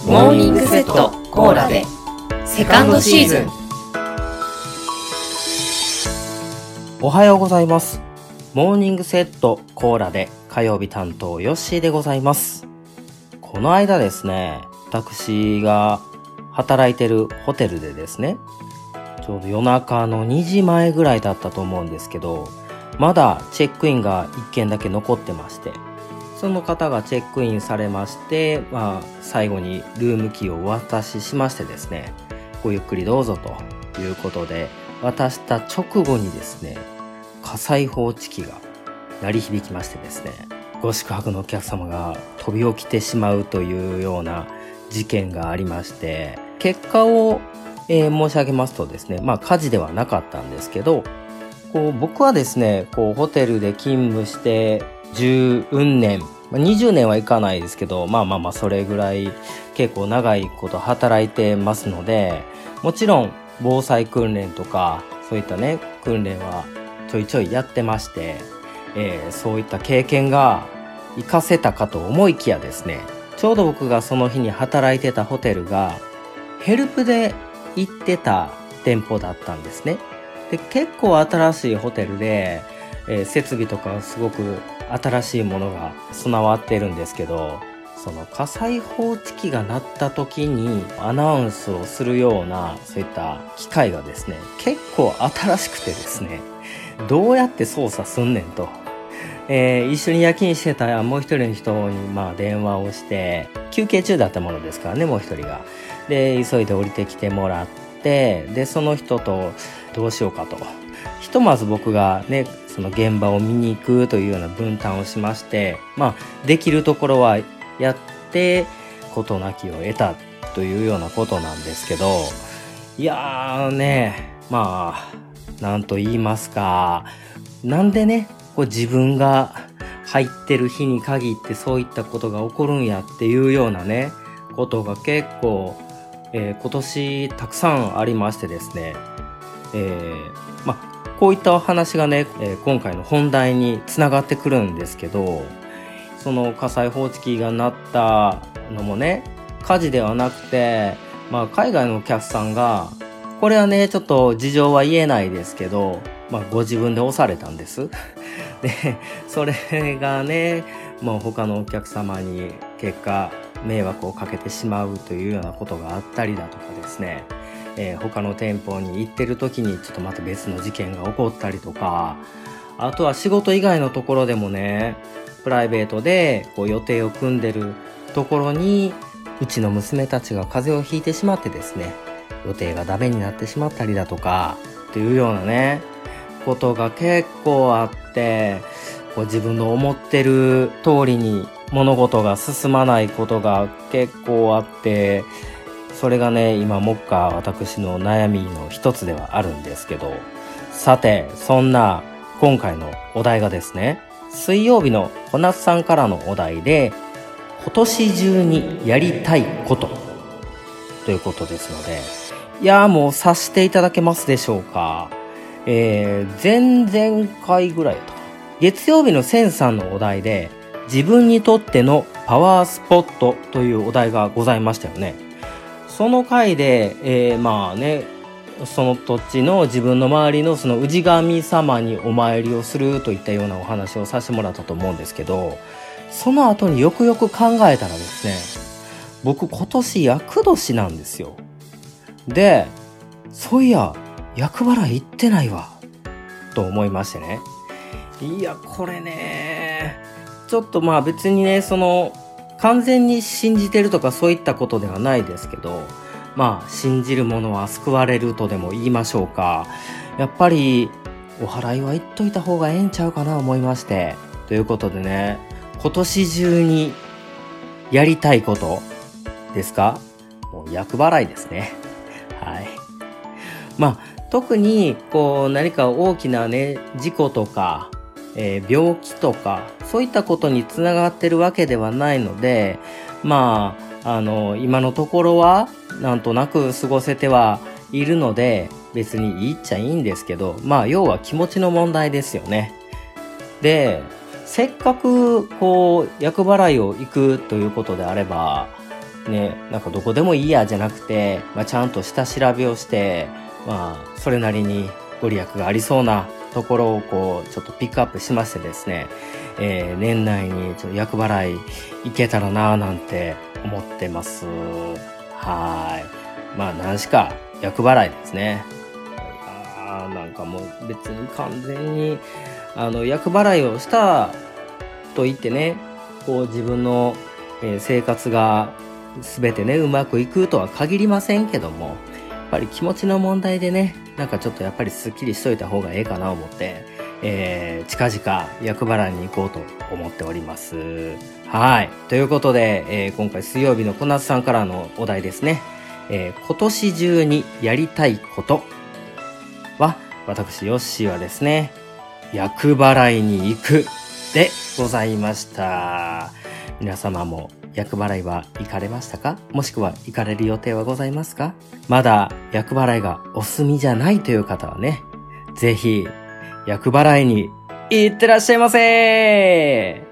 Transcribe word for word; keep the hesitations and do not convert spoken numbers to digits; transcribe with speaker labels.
Speaker 1: モーニングセットコーラでセカンドシーズン。
Speaker 2: おはようございます。モーニングセットコーラで火曜日担当ヨッシーでございます。この間ですね、私が働いてるホテルでですね、ちょうど夜中のにじまえぐらいだったと思うんですけど、まだチェックインがいっけんだけ残ってまして、その方がチェックインされまして、まあ、最後にルームキーをお渡ししましてですね、ごゆっくりどうぞということで渡した直後にですね、火災報知器が鳴り響きましてですね、ご宿泊のお客様が飛び起きてしまうというような事件がありまして、結果を、えー、申し上げますとですね、まあ火事ではなかったんですけど、こう僕はですね、こうホテルで勤務してじゅうねん、にじゅうねんはいかないですけど、まあまあまあそれぐらい結構長いこと働いてますので、もちろん防災訓練とかそういったね訓練はちょいちょいやってまして、えー、そういった経験が活かせたかと思いきやですね、ちょうど僕がその日に働いてたホテルがヘルプで行ってた店舗だったんですね。で、結構新しいホテルで、えー、設備とかすごく新しいものが備わってるんですけど、その火災報知器が鳴った時にアナウンスをするようなそういった機械がですね、結構新しくてですね、どうやって操作すんねんと、えー、一緒に夜勤してたもう一人の人にまあ電話をして、休憩中だったものですからね、もう一人がで急いで降りてきてもらって、でその人とどうしようかと、ひとまず僕がねその現場を見に行くというような分担をしまして、まあできるところはやって事なきを得たというようなことなんですけど、いやーね、まあなんと言いますか、なんでねこう自分が入ってる日に限ってそういったことが起こるんやっていうようなねことが結構、えー、今年たくさんありましてですね、えー、まあこういったお話がね、えー、今回の本題につながってくるんですけど、その火災報知器が鳴ったのもね、火事ではなくて、まあ海外のお客さんが、これはねちょっと事情は言えないですけど、まあご自分で押されたんですでそれがね、もう他のお客様に結果迷惑をかけてしまうというようなことがあったりだとかですね、えー、他の店舗に行ってる時にちょっとまた別の事件が起こったりとか、あとは仕事以外のところでもね、プライベートでこう予定を組んでるところにうちの娘たちが風邪をひいてしまってですね、予定がダメになってしまったりだとかっていうようなねことが結構あって、こう自分の思ってる通りに物事が進まないことが結構あって、それがね今目下私の悩みの一つではあるんですけど、さてそんな今回のお題がですね、水曜日の小夏さんからのお題で、今年中にやりたいことということですので、いやーもう察していただけますでしょうか。えー、前々回ぐらいと月曜日のセンさんのお題で、自分にとってのパワースポットというお題がございましたよね。その回で、えー、まあね、その土地の自分の周りのその氏神様にお参りをするといったようなお話をさせてもらったと思うんですけど、その後によくよく考えたらですね、僕今年厄年なんですよ。で、そういや厄払い行ってないわと思いましてね。いやこれね、ちょっとまあ別にねその完全に信じてるとかそういったことではないですけど、まあ信じる者は救われるとでも言いましょうか、やっぱりお祓いは言っといた方がええんちゃうかな思いまして、ということでね、今年中にやりたいことですか、もう厄払いですね。はい。まあ特にこう何か大きなね事故とか、えー、病気とかそういったことにつながってるわけではないので、まああの今のところはなんとなく過ごせてはいるので別にいいっちゃいいんですけど、まあ要は気持ちの問題ですよね。で、せっかくこう厄払いを行くということであれば、 ね、なんかどこでもいいやじゃなくて、まあ、ちゃんと下調べをして、まあ、それなりにご利益がありそうなところをこう、ちょっとピックアップしましてですね、えー、年内にちょっと厄払いいけたらなぁなんて思ってます。はい。まあ、何しか厄払いですね。いやーなんかもう別に完全に、あの、厄払いをしたと言ってね、こう自分の、えー生活が全てね、うまくいくとは限りませんけども、やっぱり気持ちの問題でね、なんかちょっとやっぱりスッキリしといた方がええかなと思って、えー、近々厄払いに行こうと思っております。はい。ということで、えー今回水曜日の小夏さんからのお題ですね。えー今年中にやりたいことは、私、ヨッシーはですね、厄払いに行くでございました。皆様も厄払いは行かれましたか？もしくは行かれる予定はございますか？まだ厄払いがお済みじゃないという方はね、ぜひ厄払いに行ってらっしゃいませ。